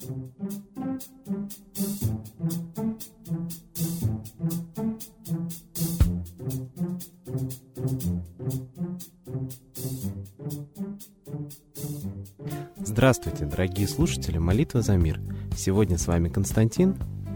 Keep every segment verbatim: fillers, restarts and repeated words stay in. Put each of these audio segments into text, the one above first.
Здравствуйте, дорогие слушатели «Молитва за мир». Сегодня с вами Константин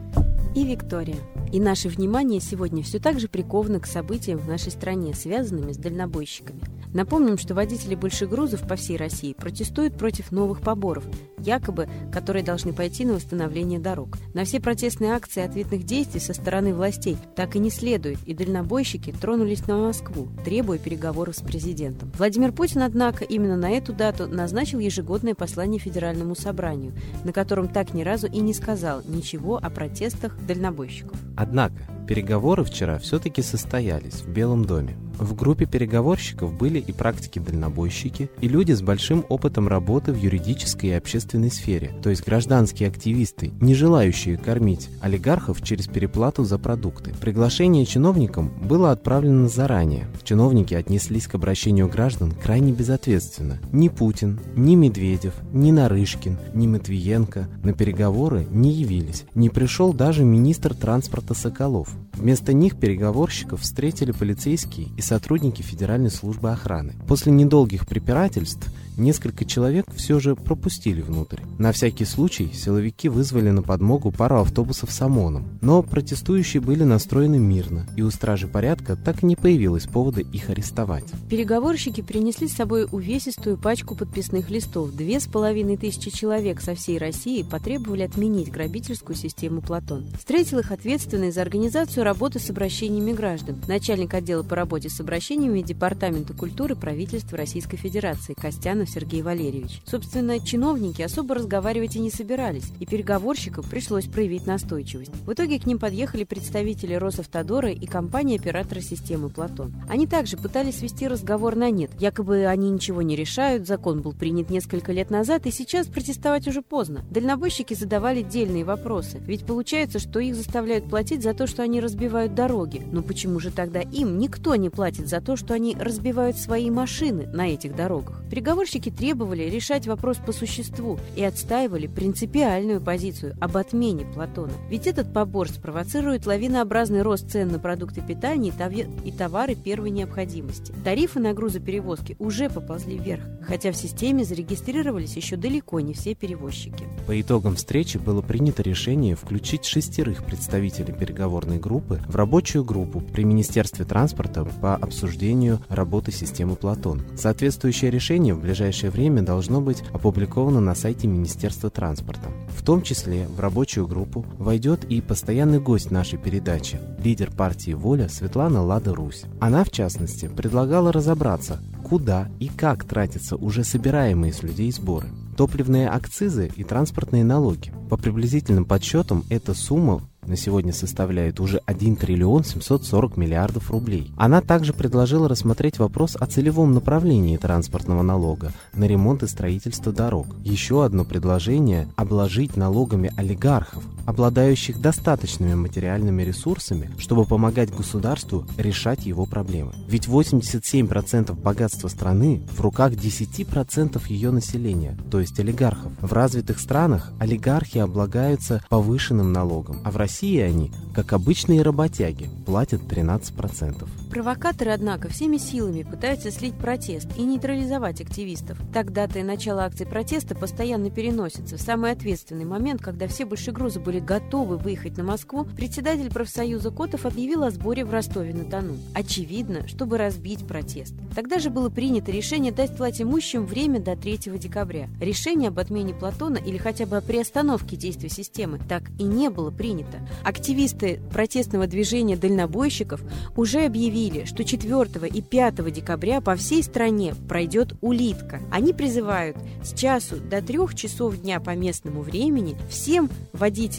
и Виктория. И наше внимание сегодня все так же приковано к событиям в нашей стране, связанными с дальнобойщиками. Напомним, что водители большегрузов по всей России протестуют против новых поборов, якобы, которые должны пойти на восстановление дорог. На все протестные акции ответных действий со стороны властей так и не следует, и дальнобойщики тронулись на Москву, требуя переговоров с президентом. Владимир Путин, однако, именно на эту дату назначил ежегодное послание Федеральному собранию, на котором так ни разу и не сказал ничего о протестах дальнобойщиков. Однако переговоры вчера все-таки состоялись в Белом доме. В группе переговорщиков были и практики-дальнобойщики, и люди с большим опытом работы в юридической и общественной сфере, то есть гражданские активисты, не желающие кормить олигархов через переплату за продукты. Приглашение чиновникам было отправлено заранее. Чиновники отнеслись к обращению граждан крайне безответственно. Ни Путин, ни Медведев, ни Нарышкин, ни Матвиенко на переговоры не явились. Не пришел даже министр транспорта Соколов. Вместо них переговорщиков встретили полицейские и сотрудники Федеральной службы охраны. После недолгих препирательств несколько человек все же пропустили внутрь. На всякий случай силовики вызвали на подмогу пару автобусов с ОМОНом. Но протестующие были настроены мирно, и у стражи порядка так и не появилось повода их арестовать. Переговорщики принесли с собой увесистую пачку подписных листов. Две с половиной тысячи человек со всей России потребовали отменить грабительскую систему «Платон». Встретил их ответственный за организацию работы с обращениями граждан, начальник отдела по работе с обращениями Департамента культуры правительства Российской Федерации Костянов Сергей Валерьевич. Собственно, чиновники особо разговаривать и не собирались, и переговорщикам пришлось проявить настойчивость. В итоге к ним подъехали представители Росавтодора и компании-оператора системы «Платон». Они также пытались свести разговор на нет. Якобы они ничего не решают, закон был принят несколько лет назад, и сейчас протестовать уже поздно. Дальнобойщики задавали дельные вопросы, ведь получается, что их заставляют платить за то, что они разбивают дороги. Но почему же тогда им никто не платит за то, что они разбивают свои машины на этих дорогах? Переговорщики требовали решать вопрос по существу и отстаивали принципиальную позицию об отмене Платона. Ведь этот побор спровоцирует лавинообразный рост цен на продукты питания и товары первой необходимости. Тарифы на грузоперевозки уже поползли вверх, хотя в системе зарегистрировались еще далеко не все перевозчики. По итогам встречи было принято решение включить шестерых представителей переговорной группы в рабочую группу при Министерстве транспорта по обсуждению работы системы «Платон». Соответствующее решение в ближайшее В ближайшее время должно быть опубликовано на сайте Министерства транспорта. В том числе в рабочую группу войдет и постоянный гость нашей передачи, лидер партии «Воля» Светлана Лада Русь. Она, в частности, предлагала разобраться, куда и как тратятся уже собираемые с людей сборы. Топливные акцизы и транспортные налоги. По приблизительным подсчетам, эта сумма на сегодня составляет уже один триллион семьсот сорок миллиардов рублей. Она также предложила рассмотреть вопрос о целевом направлении транспортного налога на ремонт и строительство дорог. Еще одно предложение – обложить налогами олигархов, обладающих достаточными материальными ресурсами, чтобы помогать государству решать его проблемы. Ведь восемьдесят семь процентов богатства страны в руках десять процентов ее населения, то есть олигархов. В развитых странах олигархи облагаются повышенным налогом, а в России они, как обычные работяги, платят тринадцать процентов. Провокаторы, однако, всеми силами пытаются слить протест и нейтрализовать активистов. Так дата и начало акций протеста постоянно переносятся. В самый ответственный момент, когда все большегрузы были готовы выехать на Москву, председатель профсоюза Котов объявил о сборе в Ростове-на-Дону. Очевидно, чтобы разбить протест. Тогда же было принято решение дать властимущим время до третьего декабря. Решение об отмене Платона или хотя бы о приостановке действия системы так и не было принято. Активисты протестного движения дальнобойщиков уже объявили, что четвёртого и пятого декабря по всей стране пройдет улитка. Они призывают с часу до трех часов дня по местному времени всем водителям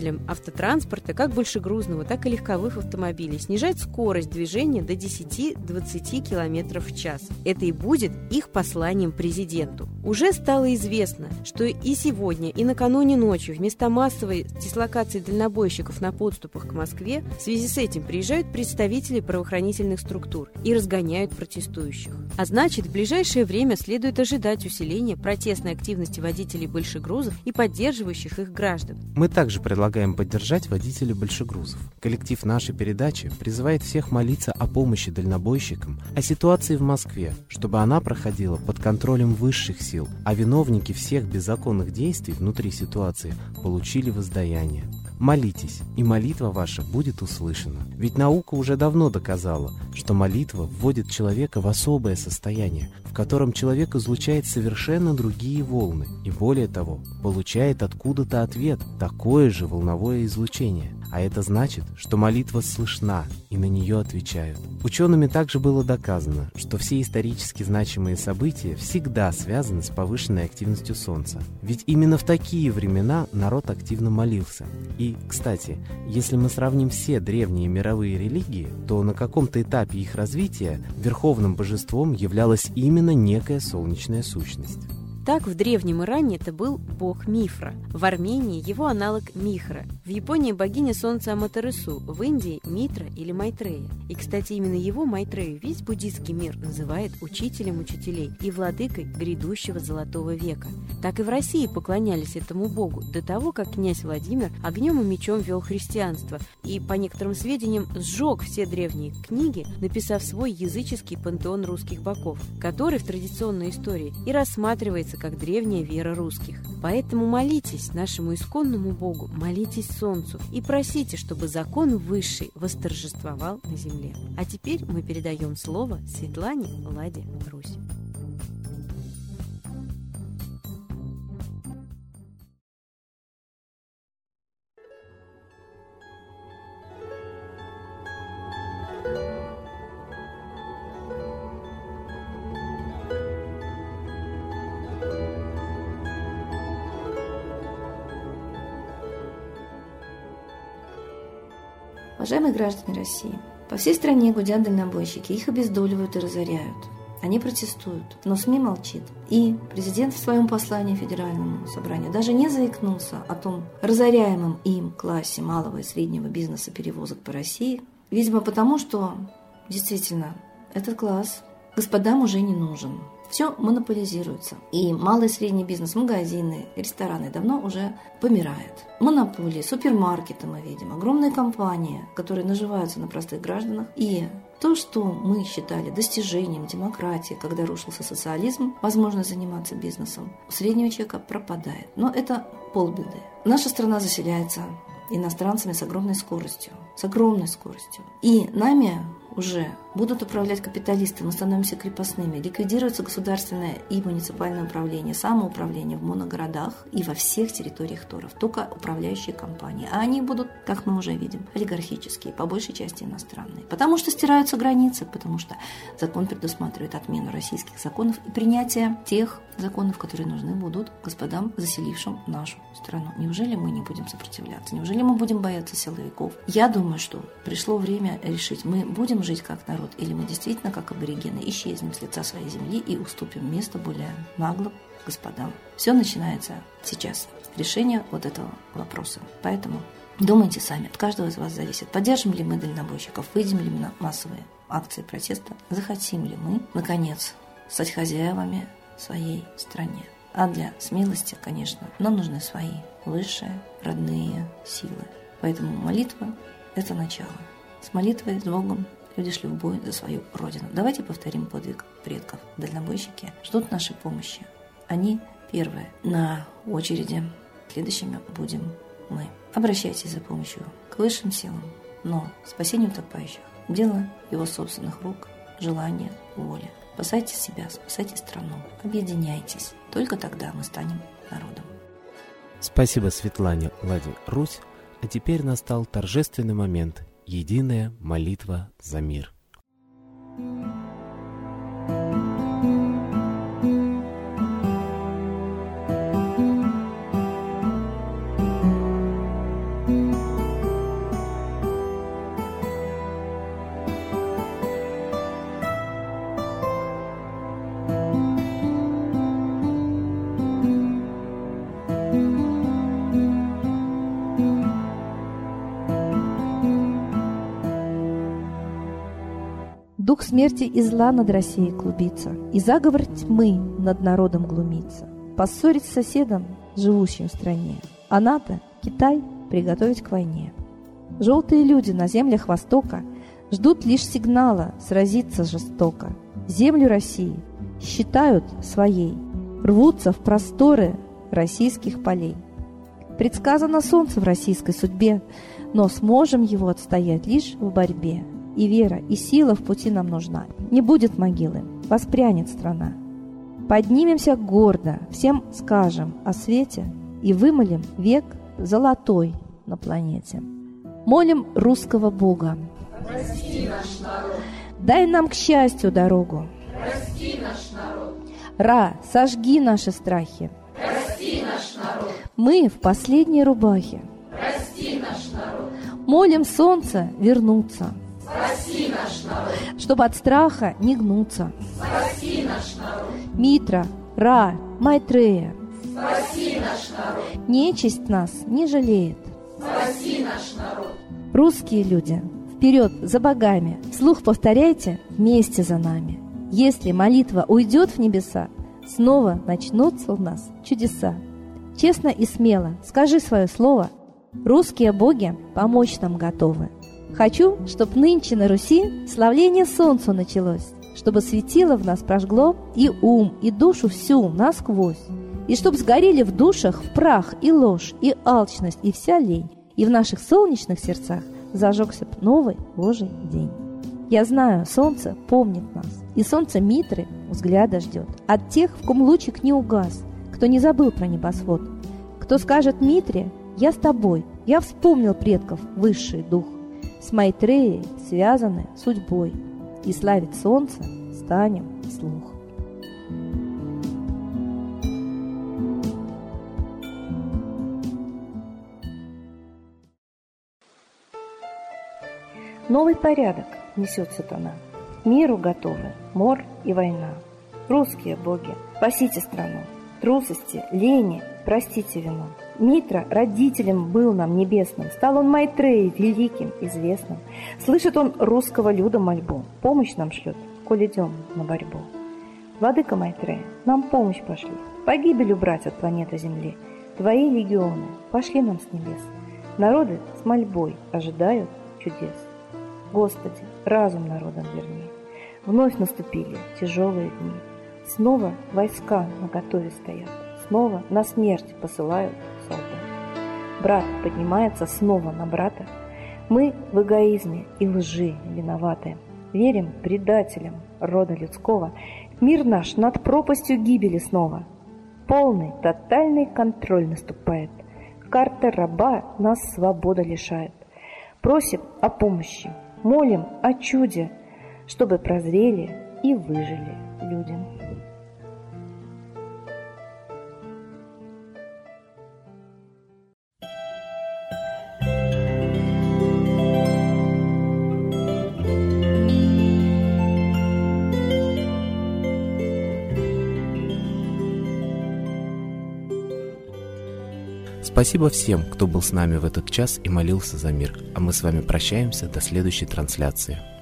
водителям автотранспорта, как большегрузного, так и легковых автомобилей, снижать скорость движения до десяти-двадцати километров в час. Это и будет их посланием президенту. Уже стало известно, что и сегодня, и накануне ночью в места массовой дислокации дальнобойщиков на подступах к Москве в связи с этим приезжают представители правоохранительных структур и разгоняют протестующих. А значит, в ближайшее время следует ожидать усиления протестной активности водителей большегрузов и поддерживающих их граждан. Мы также предлагаем поддержать водителей большегрузов. Коллектив нашей передачи призывает всех молиться о помощи дальнобойщикам, о ситуации в Москве, чтобы она проходила под контролем высших сил, а виновники всех беззаконных действий внутри ситуации получили воздаяние. Молитесь, и молитва ваша будет услышана. Ведь наука уже давно доказала, что молитва вводит человека в особое состояние, в котором человек излучает совершенно другие волны, и более того, получает откуда-то ответ, такое же волновое излучение. А это значит, что молитва слышна, и на нее отвечают. Учеными также было доказано, что все исторически значимые события всегда связаны с повышенной активностью Солнца. Ведь именно в такие времена народ активно молился. И, кстати, если мы сравним все древние мировые религии, то на каком-то этапе их развития верховным божеством являлась именно некая солнечная сущность. Так, в Древнем Иране это был бог Мифра, в Армении его аналог Михра, в Японии богиня солнца Аматерасу, в Индии Митра или Майтрея. И, кстати, именно его, Майтрею, весь буддийский мир называет учителем учителей и владыкой грядущего золотого века. Так и в России поклонялись этому богу до того, как князь Владимир огнем и мечом вел христианство и, по некоторым сведениям, сжег все древние книги, написав свой языческий пантеон русских богов, который в традиционной истории и рассматривается как древняя вера русских. Поэтому молитесь нашему исконному Богу, молитесь Солнцу и просите, чтобы закон высший восторжествовал на земле. А теперь мы передаем слово Светлане Ладе Русь. Уважаемые граждане России, по всей стране гудят дальнобойщики, их обездоливают и разоряют. Они протестуют, но СМИ молчит. И президент в своем послании Федеральному собранию даже не заикнулся о том разоряемом им классе малого и среднего бизнеса перевозок по России, видимо потому, что действительно этот класс господам уже не нужен. Все монополизируется. И малый и средний бизнес, магазины, рестораны давно уже помирают. Монополии, супермаркеты мы видим, огромные компании, которые наживаются на простых гражданах. И то, что мы считали достижением демократии, когда рушился социализм, возможность заниматься бизнесом, у среднего человека пропадает. Но это полбеды. Наша страна заселяется иностранцами с огромной скоростью. С огромной скоростью. И нами уже будут управлять капиталисты, мы становимся крепостными, ликвидируется государственное и муниципальное управление, самоуправление в моногородах и во всех территориях торов, только управляющие компании. А они будут, как мы уже видим, олигархические, по большей части иностранные. Потому что стираются границы, потому что закон предусматривает отмену российских законов и принятие тех законов, которые нужны будут господам, заселившим нашу страну. Неужели мы не будем сопротивляться? Неужели мы будем бояться силовиков? Я думаю, что пришло время решить, мы будем жить как народ, или мы действительно, как аборигены, исчезнем с лица своей земли и уступим место более наглым господам. Все начинается сейчас. Решение вот этого вопроса. Поэтому думайте сами, от каждого из вас зависит, поддержим ли мы дальнобойщиков, выйдем ли мы на массовые акции протеста, захотим ли мы, наконец, стать хозяевами своей стране. А для смелости, конечно, нам нужны свои высшие родные силы. Поэтому молитва – это начало. С молитвой, с Богом люди шли в бой за свою родину. Давайте повторим подвиг предков. Дальнобойщики ждут нашей помощи. Они первые на очереди. Следующими будем мы. Обращайтесь за помощью к высшим силам. Но спасение утопающих – дело его собственных рук, желания, воли. Спасайте себя, спасайте страну. Объединяйтесь. Только тогда мы станем народом. Спасибо Светлане Ладе Русь. А теперь настал торжественный момент. Единая молитва за мир. смерти и зла над Россией клубится, и заговор тьмы над народом глумится. Поссорить с соседом, живущим в стране, а НАТО, Китай, приготовить к войне. Желтые люди на землях Востока ждут лишь сигнала сразиться жестоко. Землю России считают своей, рвутся в просторы российских полей. Предсказано солнце в российской судьбе, но сможем его отстоять лишь в борьбе. И вера, и сила в пути нам нужна. Не будет могилы, воспрянет страна. Поднимемся гордо, всем скажем о свете и вымолим век золотой на планете. Молим русского Бога. Прости наш народ. Дай нам к счастью дорогу. Прости наш народ. Ра, сожги наши страхи. Прости наш народ. Мы в последней рубахе. Прости наш народ. Молим солнце вернуться. Спаси наш народ. Чтобы от страха не гнуться. Спаси наш народ. Митра, Ра, Майтрея. Спаси наш народ. Нечисть нас не жалеет. Спаси наш народ. Русские люди, вперед за богами. Вслух повторяйте вместе за нами. Если молитва уйдет в небеса, снова начнутся у нас чудеса. Честно и смело скажи свое слово. Русские боги помочь нам готовы. Хочу, чтоб нынче на Руси славление солнцу началось, чтобы светило в нас прожгло и ум, и душу всю насквозь, и чтоб сгорели в душах в прах и ложь, и алчность, и вся лень, и в наших солнечных сердцах зажегся б новый Божий день. Я знаю, солнце помнит нас, и солнце Митры взгляда ждет от тех, в ком лучик не угас, кто не забыл про небосвод, кто скажет Митре: «Я с тобой, я вспомнил предков высший дух». С Майтреей связаны судьбой, и славить солнце станем вслух. Новый порядок несет сатана. Миру готовы мор и война. Русские боги, спасите страну. Трусости, лени, простите вину. Митра родителем был нам небесным, стал он Майтреей великим, известным. Слышит он русского люда мольбу, помощь нам шлет, коль идем на борьбу. Владыка Майтрея, нам помощь пошли, погибель убрать от планеты Земли. Твои легионы пошли нам с небес. Народы с мольбой ожидают чудес. Господи, разум народам верни. Вновь наступили тяжелые дни. Снова войска наготове стоят. Снова на смерть посылают солдат. Брат поднимается снова на брата. Мы в эгоизме и лжи виноваты. Верим предателям рода людского. Мир наш над пропастью гибели снова. Полный, тотальный контроль наступает. Карта раба нас свобода лишает. Просим о помощи, молим о чуде, чтобы прозрели и выжили люди. Спасибо всем, кто был с нами в этот час и молился за мир. А мы с вами прощаемся до следующей трансляции.